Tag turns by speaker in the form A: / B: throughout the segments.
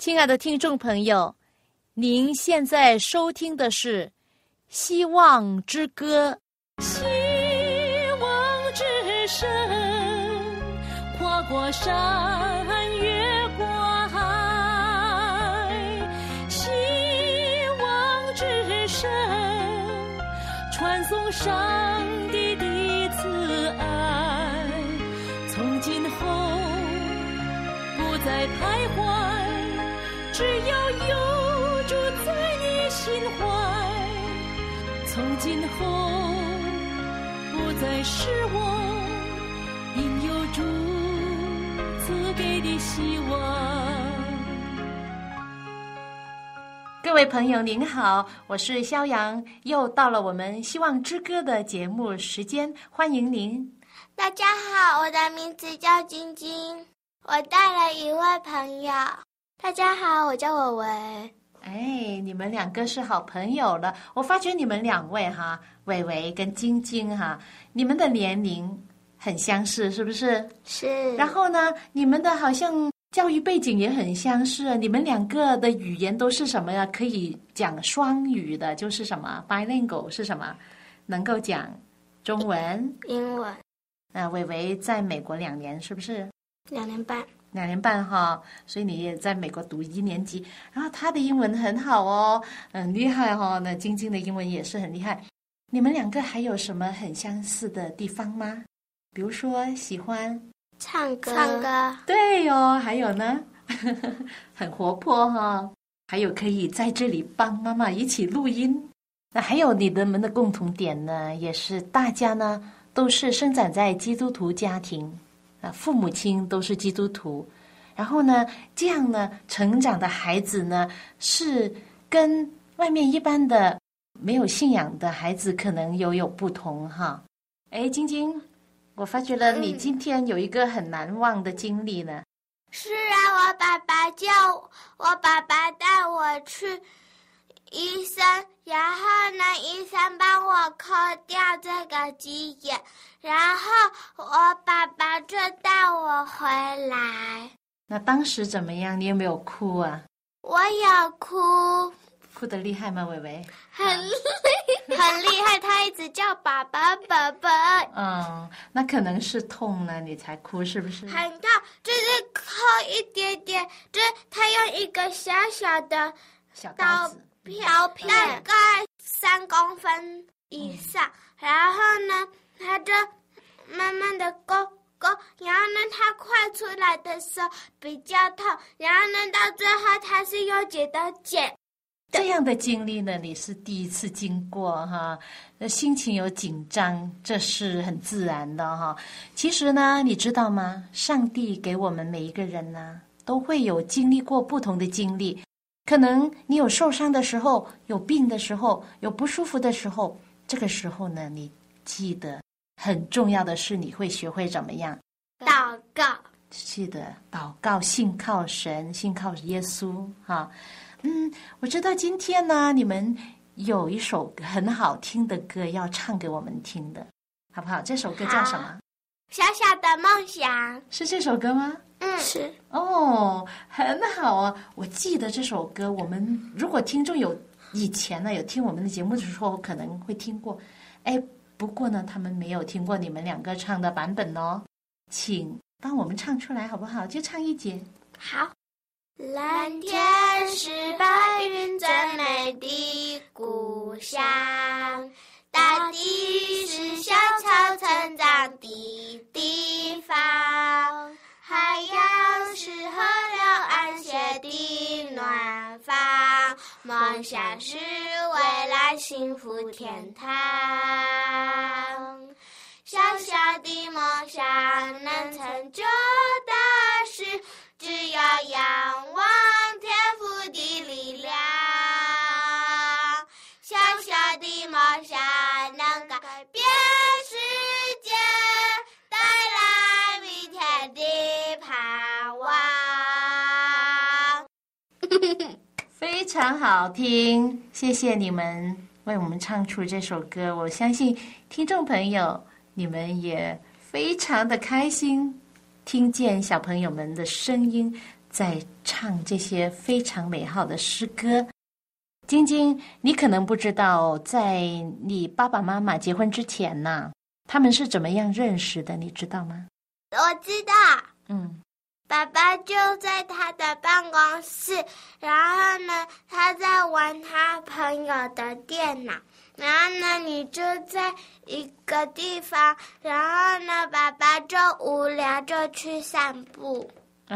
A: 亲爱的听众朋友，您现在收听的是《希望之歌》。希望之声，跨过山，越过海。希望之声，传送上帝的慈爱。从今后不再徘徊，只要有主在你心怀，从今后不再失望，因有主赐给的希望。各位朋友您好，我是肖阳，又到了我们希望之歌的节目时间，欢迎您。
B: 大家好，我的名字叫晶晶，我带了一位朋友。大家好，我叫伟伟。
A: 哎，你们两个是好朋友了。我发觉你们两位哈，伟伟跟晶晶哈，你们的年龄很相似，是不是？
B: 是。
A: 然后呢，你们的好像教育背景也很相似。你们两个的语言都是什么呀？可以讲双语的，就是什么 bilingual 是什么？能够讲中文、
B: 英文。
A: 伟伟在美国2年，是不是
B: ？2年半。
A: 2年半哈，所以你也在美国读1年级，然后他的英文很好哦，很厉害哦。那晶晶的英文也是很厉害。你们两个还有什么很相似的地方吗？比如说喜欢
B: 唱歌。
A: 对哦，还有呢，很活泼哈，还有可以在这里帮妈妈一起录音。那还有你们的共同点呢，也是大家呢都是生长在基督徒家庭。父母亲都是基督徒，然后呢，这样呢，成长的孩子呢，是跟外面一般的没有信仰的孩子可能有不同哈。哎，晶晶，我发觉了你今天有一个很难忘的经历呢。
B: 是啊，我爸爸带我去医生，然后呢，医生帮我抠掉这个鸡眼，然后我爸爸就带我回来。
A: 那当时怎么样？你有没有哭啊？
B: 我有哭。
A: 哭得厉害吗，伟伟？
B: 很厉害，他一直叫爸爸爸爸。
A: 那可能是痛了，你才哭，是不是？
B: 很痛，就是抠一点点，就是他用一个小小的
A: 小刀子。
B: 瓢片大概3公分以上，然后呢，它就慢慢的勾，然后呢，它快出来的时候比较痛，然后呢，到最后它是用剪刀剪。
A: 这样的经历呢，你是第一次经过哈，心情有紧张，这是很自然的哈。其实呢，你知道吗？上帝给我们每一个人呢，都会有经历过不同的经历。可能你有受伤的时候，有病的时候，有不舒服的时候，这个时候呢，你记得很重要的是，你会学会怎么样？
B: 祷告。
A: 是的，祷告，信靠神，信靠耶稣哈。我知道今天呢，你们有一首很好听的歌要唱给我们听的，好不好？这首歌叫什么？
B: 小小的梦想。
A: 是这首歌吗？
B: 是。
A: 哦，很好啊！我记得这首歌，我们如果听众以前呢有听我们的节目的时候，可能会听过。哎，不过呢，他们没有听过你们两个唱的版本哦，请帮我们唱出来好不好？就唱一节。
B: 好。蓝天是白云最美的故乡，大地是小草成长的地方，海洋是河流安歇的暖房，梦想是未来幸福天堂。小小的梦想能成就大事，只要仰望天父的力量。小小的梦想能改变世界，带来明天的盼望。
A: 非常好听，谢谢你们为我们唱出这首歌。我相信听众朋友你们也非常的开心，听见小朋友们的声音在唱这些非常美好的诗歌。晶晶，你可能不知道，在你爸爸妈妈结婚之前呢，他们是怎么样认识的，你知道吗？
B: 我知道。爸爸就在他的办公室，然后呢，他在玩他朋友的电脑，然后呢，你就在一个地方，然后呢，爸爸就无聊就去散步。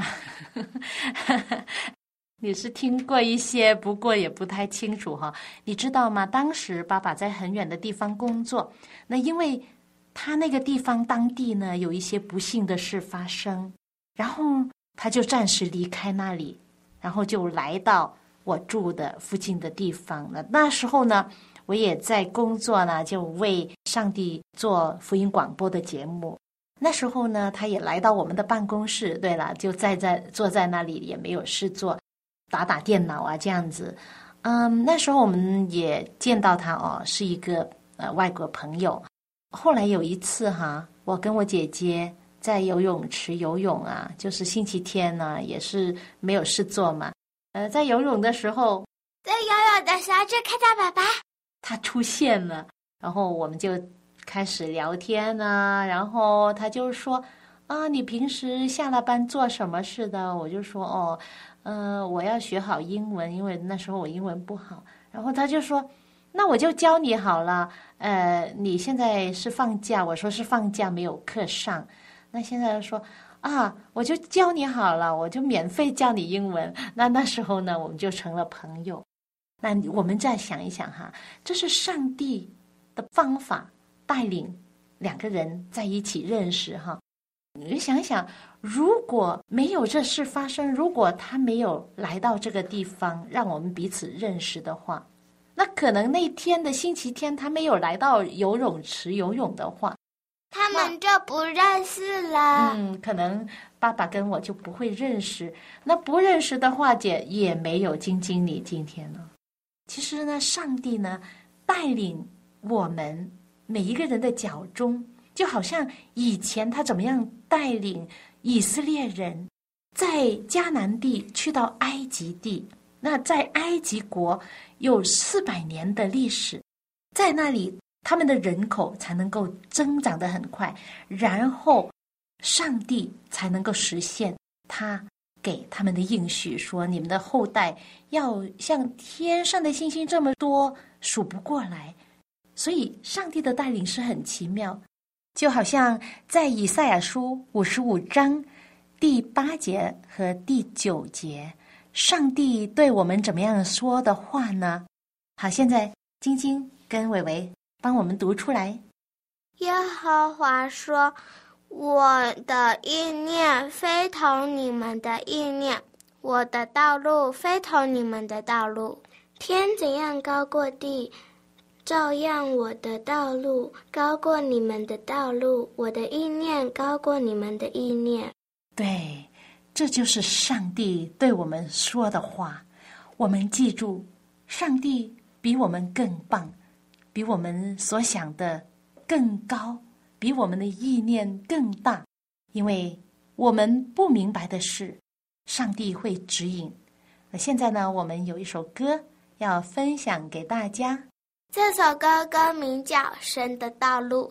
A: 你是听过一些，不过也不太清楚哈。你知道吗？当时爸爸在很远的地方工作，那因为他那个地方当地呢有一些不幸的事发生，然后他就暂时离开那里，然后就来到我住的附近的地方。那时候呢，我也在工作呢，就为上帝做福音广播的节目。那时候呢，他也来到我们的办公室，对了，就坐在那里，也没有事做，打电脑啊这样子。那时候我们也见到他哦，是一个外国朋友。后来有一次哈，我跟我姐姐在游泳池游泳啊，就是星期天呢，也是没有事做嘛。在游泳的时候，
B: 就看到爸爸，
A: 他出现了，然后我们就开始聊天啊，然后他就说啊，你平时下了班做什么事的？我就说我要学好英文，因为那时候我英文不好。然后他就说，那我就教你好了。你现在是放假？我说是放假，没有课上。那现在说啊，我就教你好了，我就免费教你英文。那时候呢，我们就成了朋友。那我们再想一想哈，这是上帝的方法带领两个人在一起认识哈。你想一想，如果没有这事发生，如果他没有来到这个地方让我们彼此认识的话，那可能那天的星期天他没有来到游泳池游泳的话，
B: 他们就不认识了。
A: 可能爸爸跟我就不会认识。那不认识的话，姐也没有晶晶你今天了。其实呢，上帝呢带领我们每一个人的脚中，就好像以前他怎么样带领以色列人在迦南地去到埃及地。那在埃及国有400年的历史，在那里他们的人口才能够增长得很快，然后上帝才能够实现他给他们的应许，说你们的后代要像天上的星星这么多，数不过来。所以上帝的带领是很奇妙，就好像在以赛亚书55章第8节和第9节，上帝对我们怎么样说的话呢？好，现在晶晶跟伟伟帮我们读出来。
B: 耶和华说，我的意念非同你们的意念，我的道路非同你们的道路。天怎样高过地，照样我的道路高过你们的道路，我的意念高过你们的意念。
A: 对，这就是上帝对我们说的话。我们记住，上帝比我们更棒，比我们所想的更高，比我们的意念更大。因为我们不明白的事，上帝会指引。那现在呢，我们有一首歌要分享给大家。
B: 这首歌歌名叫《神的道路》。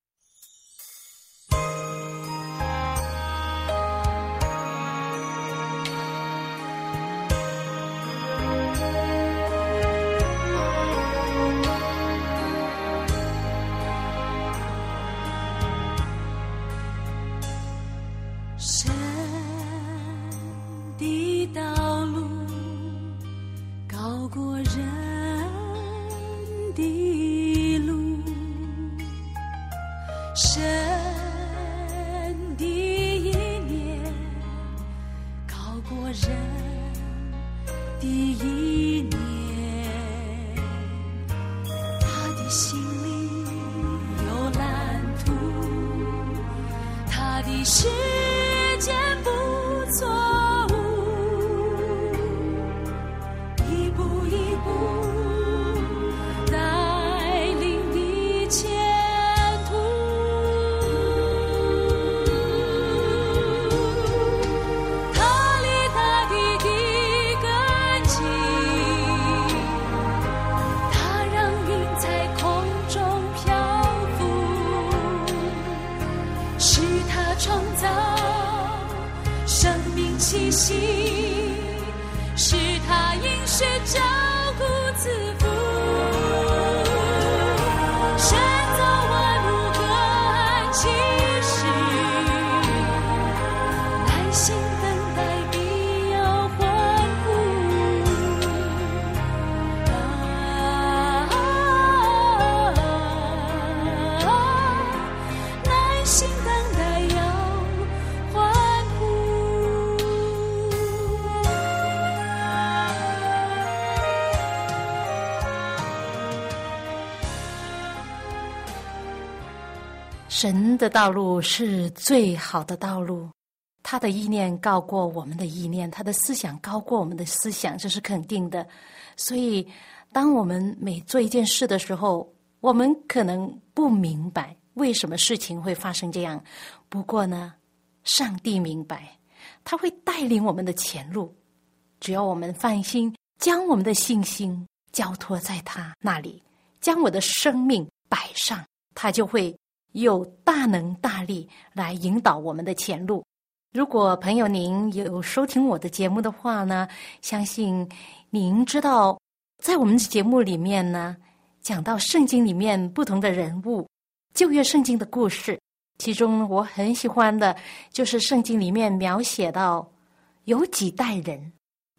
C: 神的道路高过人的路，神的意念高过人的意念，他的心里有蓝图，他的时间不错误，一步一步带领你前途。他理他是照顾自负，神造万物各按其时，耐心等待必要欢呼。耐心等待要欢呼。
A: 神的道路是最好的道路，他的意念高过我们的意念，他的思想高过我们的思想，这是肯定的。所以当我们每做一件事的时候，我们可能不明白为什么事情会发生这样，不过呢，上帝明白，他会带领我们的前路。只要我们放心，将我们的信心交托在他那里，将我的生命摆上，他就会有大能大力来引导我们的前路。如果朋友您有收听我的节目的话呢，相信您知道在我们的节目里面呢，讲到圣经里面不同的人物，旧约圣经的故事，其中我很喜欢的就是圣经里面描写到有几代人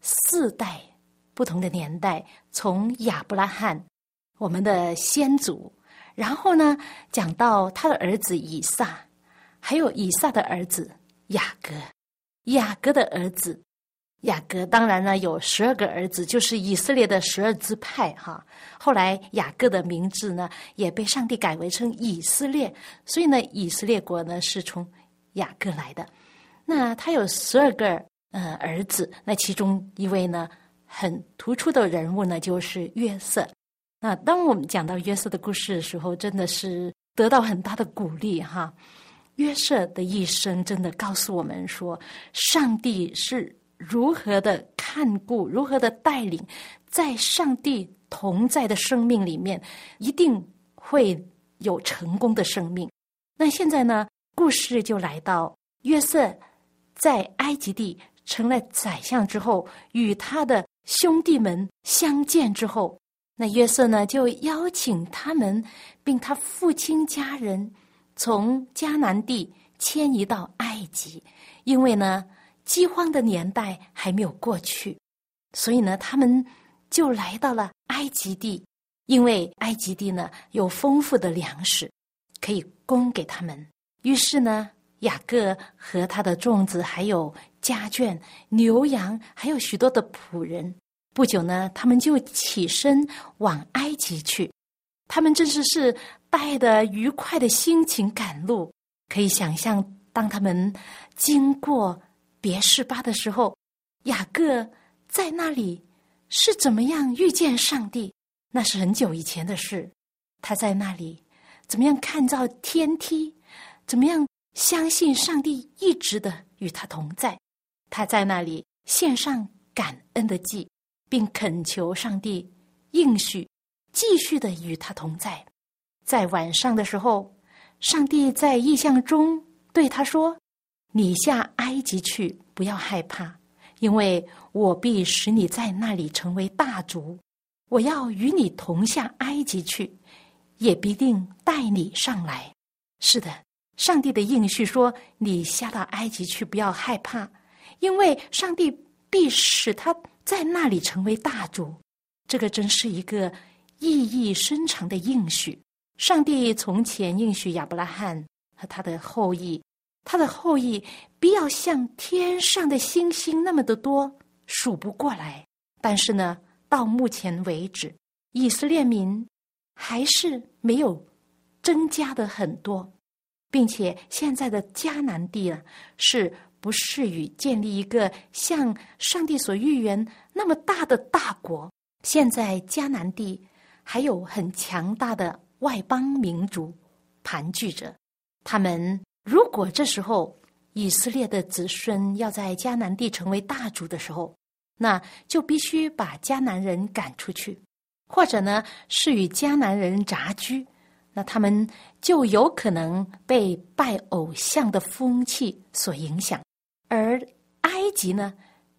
A: ，4代不同的年代，从亚伯拉罕我们的先祖，然后呢讲到他的儿子以撒，还有以撒的儿子雅各，雅各的儿子雅各，当然呢有12个儿子，就是以色列的12支派哈。后来雅各的名字呢也被上帝改为成以色列，所以呢以色列国呢是从雅各来的。那他有12个儿子，那其中一位呢很突出的人物呢就是约瑟。那当我们讲到约瑟的故事的时候，真的是得到很大的鼓励哈。约瑟的一生真的告诉我们说，上帝是如何的看顾，如何的带领，在上帝同在的生命里面，一定会有成功的生命。那现在呢，故事就来到约瑟在埃及地成了宰相之后，与他的兄弟们相见之后，那约瑟呢就邀请他们并他父亲家人从迦南地迁移到埃及，因为呢饥荒的年代还没有过去，所以呢他们就来到了埃及地，因为埃及地呢有丰富的粮食可以供给他们。于是呢雅各和他的众子还有家眷牛羊还有许多的仆人，不久呢他们就起身往埃及去。他们真是带着愉快的心情赶路，可以想象当他们经过别是巴的时候，雅各在那里是怎么样遇见上帝，那是很久以前的事。他在那里怎么样看到天梯，怎么样相信上帝一直的与他同在，他在那里献上感恩的祭，并恳求上帝应许继续的与他同在。在晚上的时候，上帝在异象中对他说，你下埃及去，不要害怕，因为我必使你在那里成为大族，我要与你同下埃及去，也必定带你上来。是的，上帝的应许说，你下到埃及去，不要害怕，因为上帝必使他在那里成为大族。这个真是一个意义深长的应许。上帝从前应许亚伯拉罕和他的后裔，他的后裔必要像天上的星星那么的多，数不过来。但是呢，到目前为止，以色列民还是没有增加的很多，并且现在的迦南地呢，是不适于建立一个像上帝所预言那么大的大国。现在迦南地还有很强大的外邦民族盘踞着，他们如果这时候以色列的子孙要在迦南地成为大族的时候，那就必须把迦南人赶出去，或者呢是与迦南人杂居，那他们就有可能被拜偶像的风气所影响。而埃及呢，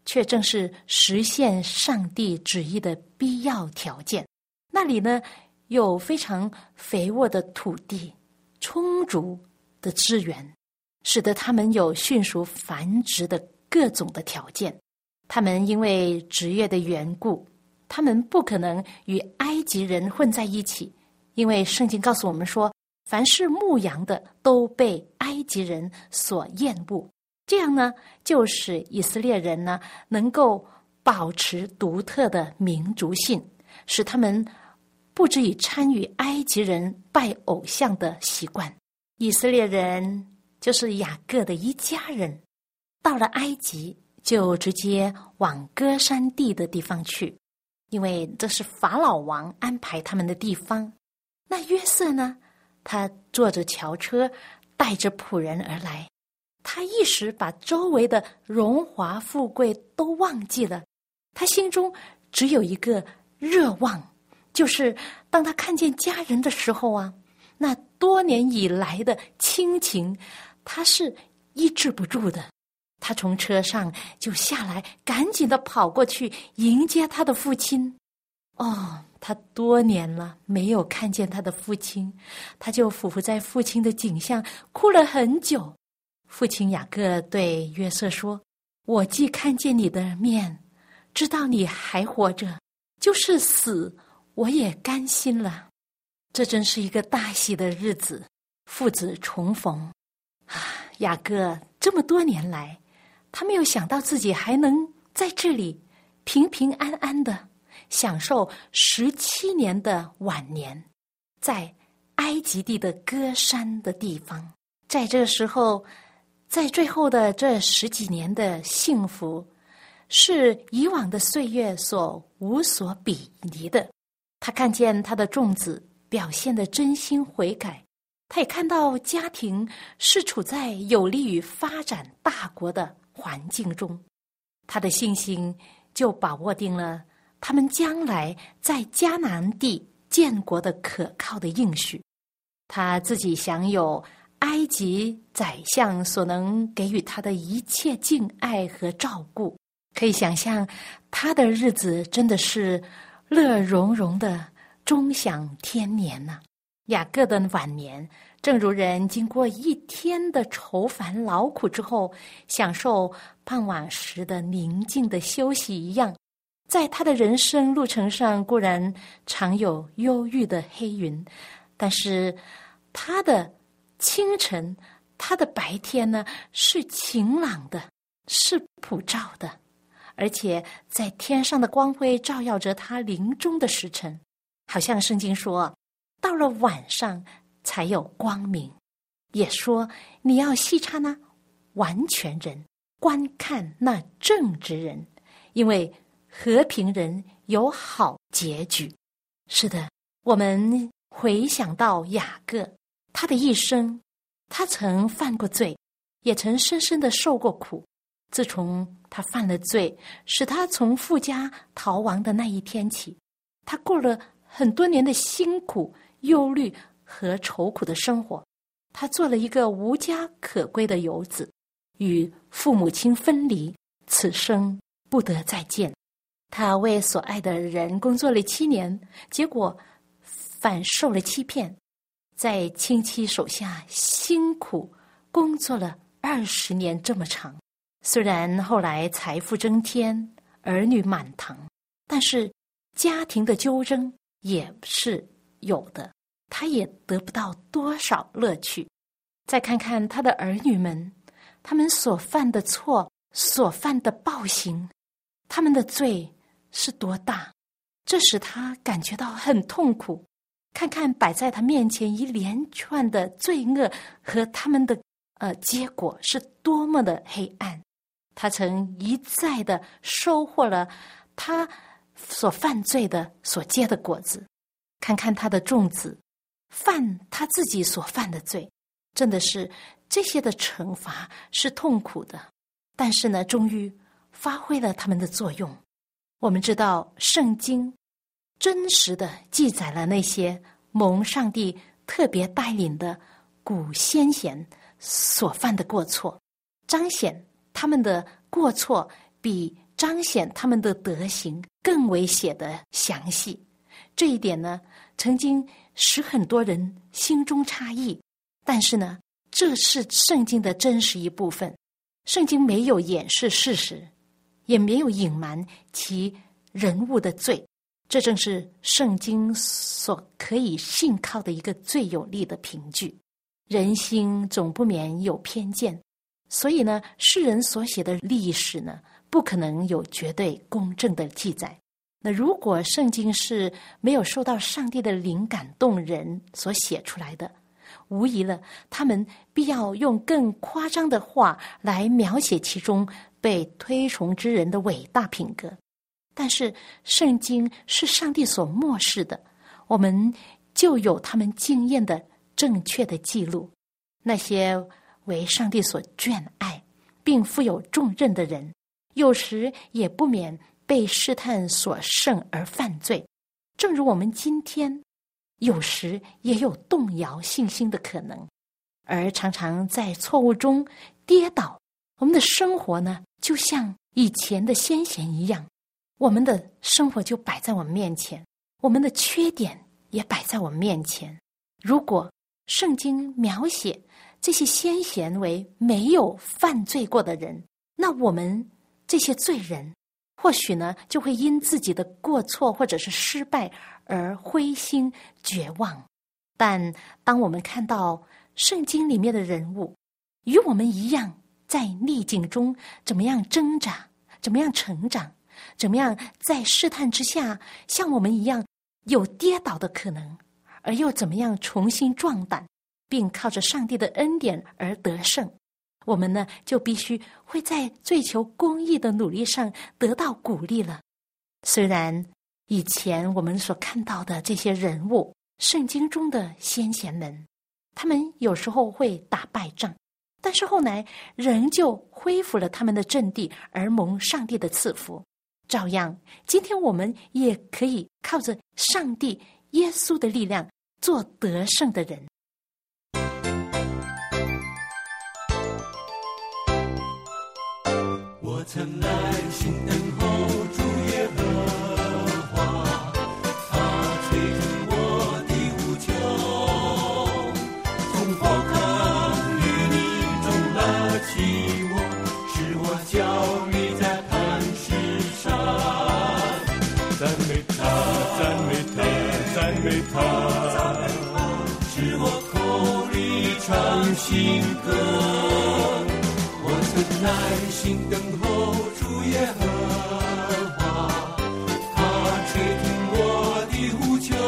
A: 却正是实现上帝旨意的必要条件。那里呢，有非常肥沃的土地，充足的资源，使得他们有迅速繁殖的各种的条件。他们因为职业的缘故，他们不可能与埃及人混在一起，因为圣经告诉我们说，凡是牧羊的都被埃及人所厌恶。这样呢，就使以色列人呢能够保持独特的民族性，使他们不至于参与埃及人拜偶像的习惯。以色列人就是雅各的一家人，到了埃及就直接往歌珊地的地方去，因为这是法老王安排他们的地方。那约瑟呢，他坐着桥车，带着仆人而来，他一时把周围的荣华富贵都忘记了，他心中只有一个热望，就是当他看见家人的时候啊，那多年以来的亲情他是抑制不住的。他从车上就下来，赶紧的跑过去迎接他的父亲。他多年了没有看见他的父亲，他就俯伏在父亲的颈项哭了很久。父亲雅各对约瑟说，我既看见你的面，知道你还活着，就是死我也甘心了。这真是一个大喜的日子，父子重逢雅各这么多年来，他没有想到自己还能在这里平平安安的享受17年的晚年，在埃及地的歌珊的地方。在这个时候，在最后的这10几年的幸福，是以往的岁月所无所比拟的。他看见他的众子表现的真心悔改，他也看到家庭是处在有利于发展大国的环境中，他的信心就把握定了他们将来在迦南地建国的可靠的应许。他自己享有埃及宰相所能给予他的一切敬爱和照顾，可以想象他的日子真的是乐融融的终享天年呐。雅各的晚年，正如人经过一天的愁烦劳苦之后，享受傍晚时的宁静的休息一样。在他的人生路程上，固然常有忧郁的黑云，但是他的清晨，他的白天呢，是晴朗的，是普照的，而且在天上的光辉照耀着他临终的时辰，好像圣经说，到了晚上才有光明。也说你要细察那完全人，观看那正直人，因为和平人有好结局。是的，我们回想到雅各，他的一生，他曾犯过罪，也曾深深的受过苦。自从他犯了罪，使他从父家逃亡的那一天起，他过了很多年的辛苦、忧虑和愁苦的生活。他做了一个无家可归的游子，与父母亲分离，此生不得再见。他为所爱的人工作了7年，结果反受了欺骗，在亲戚手下辛苦工作了20年这么长。虽然后来财富增添，儿女满堂，但是家庭的纠争也是有的，他也得不到多少乐趣。再看看他的儿女们，他们所犯的错，所犯的暴行，他们的罪是多大，这使他感觉到很痛苦。看看摆在他面前一连串的罪恶和他们的结果是多么的黑暗。他曾一再的收获了他所犯罪的所结的果子。看看他的众子犯他自己所犯的罪，真的是这些的惩罚是痛苦的，但是呢，终于发挥了他们的作用。我们知道圣经真实的记载了那些蒙上帝特别带领的古先贤所犯的过错，彰显他们的过错比彰显他们的德行，更为写得详细。这一点呢，曾经使很多人心中诧异，但是呢，这是圣经的真实一部分。圣经没有掩饰事实，也没有隐瞒其人物的罪，这正是圣经所可以信靠的一个最有力的凭据。人心总不免有偏见，所以呢，世人所写的历史呢，不可能有绝对公正的记载。那如果圣经是没有受到上帝的灵感动人所写出来的，无疑了，他们必要用更夸张的话来描写其中被推崇之人的伟大品格。但是圣经是上帝所默示的，我们就有他们经验的正确的记录。那些为上帝所眷爱并负有重任的人，有时也不免被试探所胜而犯罪，正如我们今天有时也有动摇信心的可能，而常常在错误中跌倒。我们的生活呢，就像以前的先贤一样，我们的生活就摆在我们面前，我们的缺点也摆在我们面前。如果圣经描写这些先贤为没有犯罪过的人，那我们这些罪人或许呢，就会因自己的过错或者是失败而灰心绝望。但当我们看到圣经里面的人物与我们一样，在逆境中怎么样挣扎，怎么样成长，怎么样在试探之下像我们一样有跌倒的可能，而又怎么样重新壮胆，并靠着上帝的恩典而得胜，我们呢，就必须会在追求公义的努力上得到鼓励了。虽然以前我们所看到的这些人物，圣经中的先贤们，他们有时候会打败仗，但是后来仍旧恢复了他们的阵地，而蒙上帝的赐福。照样，今天我们也可以靠着上帝耶稣的力量做得胜的人。
C: 我曾耐心等候主耶和华，他垂听我的呼求，从火坑淤泥中拉起我，使我脚立在磐石上。赞美他，赞美他，赞美他，使我口里唱新歌。我曾耐心等候主耶和华，他垂听我的呼求，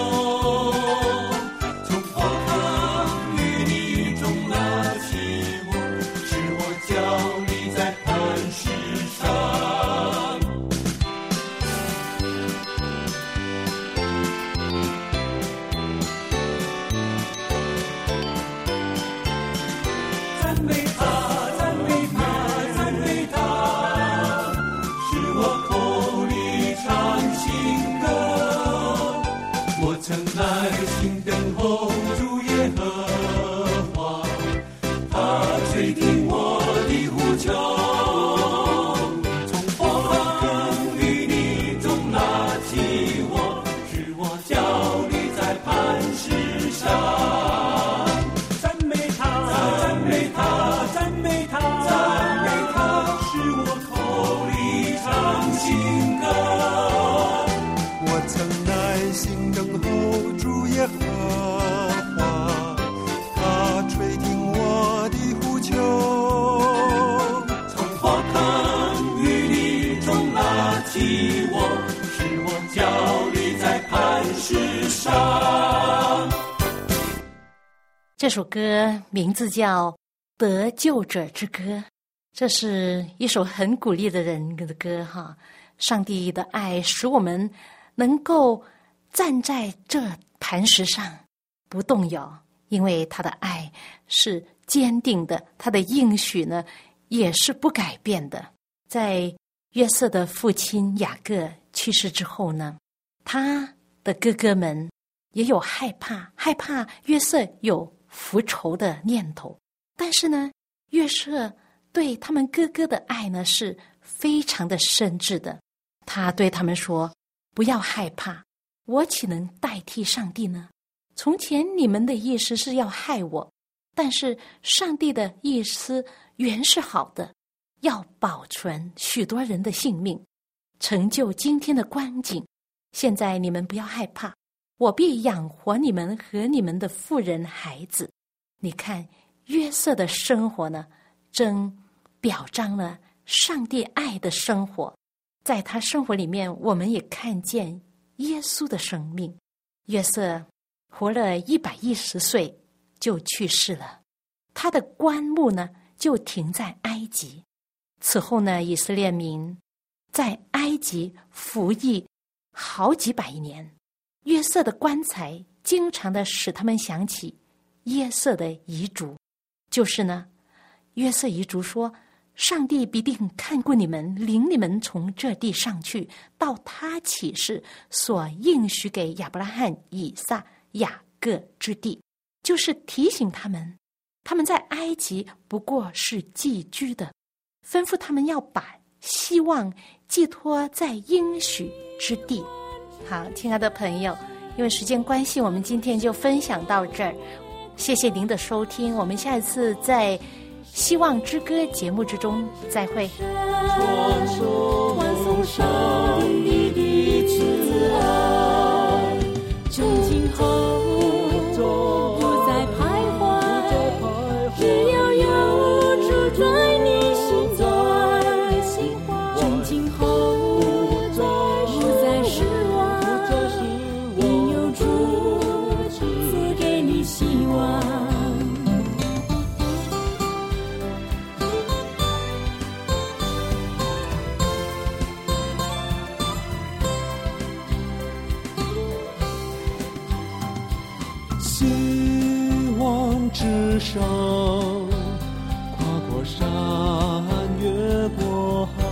C: 从火坑淤泥中拉起我，使我脚立在磐石上。赞美他，耐心等候主耶和华，他垂听我的呼求，从火坑淤泥中拉起我，使我脚立在磐石上。赞美他，赞美他，赞美他，赞美他，使我口里唱新歌。我曾耐心等候主耶和华，他垂听我的呼求，从火坑淤泥中拉起我，使我脚立在磐石上。
A: 这首歌名字叫《得救者之歌》，这是一首很鼓励的人的歌哈。上帝的爱使我们能够站在这磐石上不动摇，因为他的爱是坚定的，他的应许呢也是不改变的。在约瑟的父亲雅各去世之后呢，他的哥哥们也有害怕约瑟有复仇的念头，但是呢，约瑟对他们哥哥的爱呢是非常的深挚的，他对他们说，不要害怕，我岂能代替上帝呢？从前你们的意思是要害我，但是上帝的意思原是好的，要保存许多人的性命，成就今天的光景。现在你们不要害怕，我必养活你们和你们的妇人孩子。你看约瑟的生活呢，真表彰了上帝爱的生活。在他生活里面，我们也看见耶稣的生命。约瑟活了110岁就去世了，他的棺木呢就停在埃及。此后呢，以色列民在埃及服役好几百年。约瑟的棺材经常的使他们想起约瑟的遗嘱，就是呢，约瑟遗嘱说，上帝必定看顾你们，领你们从这地上去，到他起誓所应许给亚伯拉罕、以撒、雅各之地，就是提醒他们在埃及不过是寄居的，吩咐他们要把希望寄托在应许之地。好，亲爱的朋友，因为时间关系，我们今天就分享到这儿。谢谢您的收听，我们下一次在希望之歌节目之中再会。
C: 传颂上帝的慈爱，
D: 从今后不再徘徊，只要有主在你心中，从今后不再失望，因有主赐给你希望。
C: 希望之上，跨过山，越过海。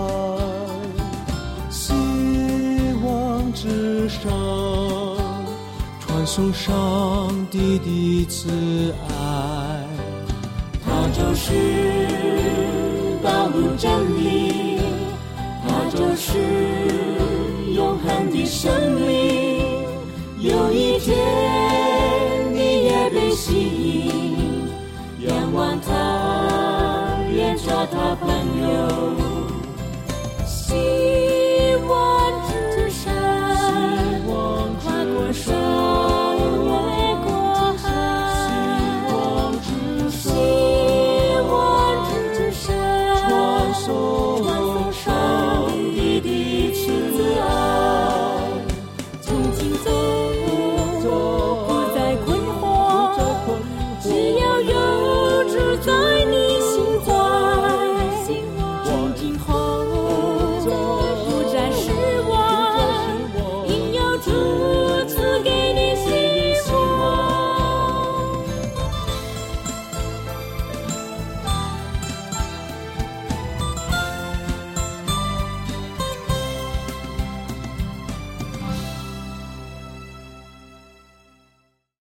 C: 希望之上，传颂上帝的慈爱。
D: 它就是道路真理，它就是永恒的生命。有一天你也被吸引，仰望他，愿做他朋友。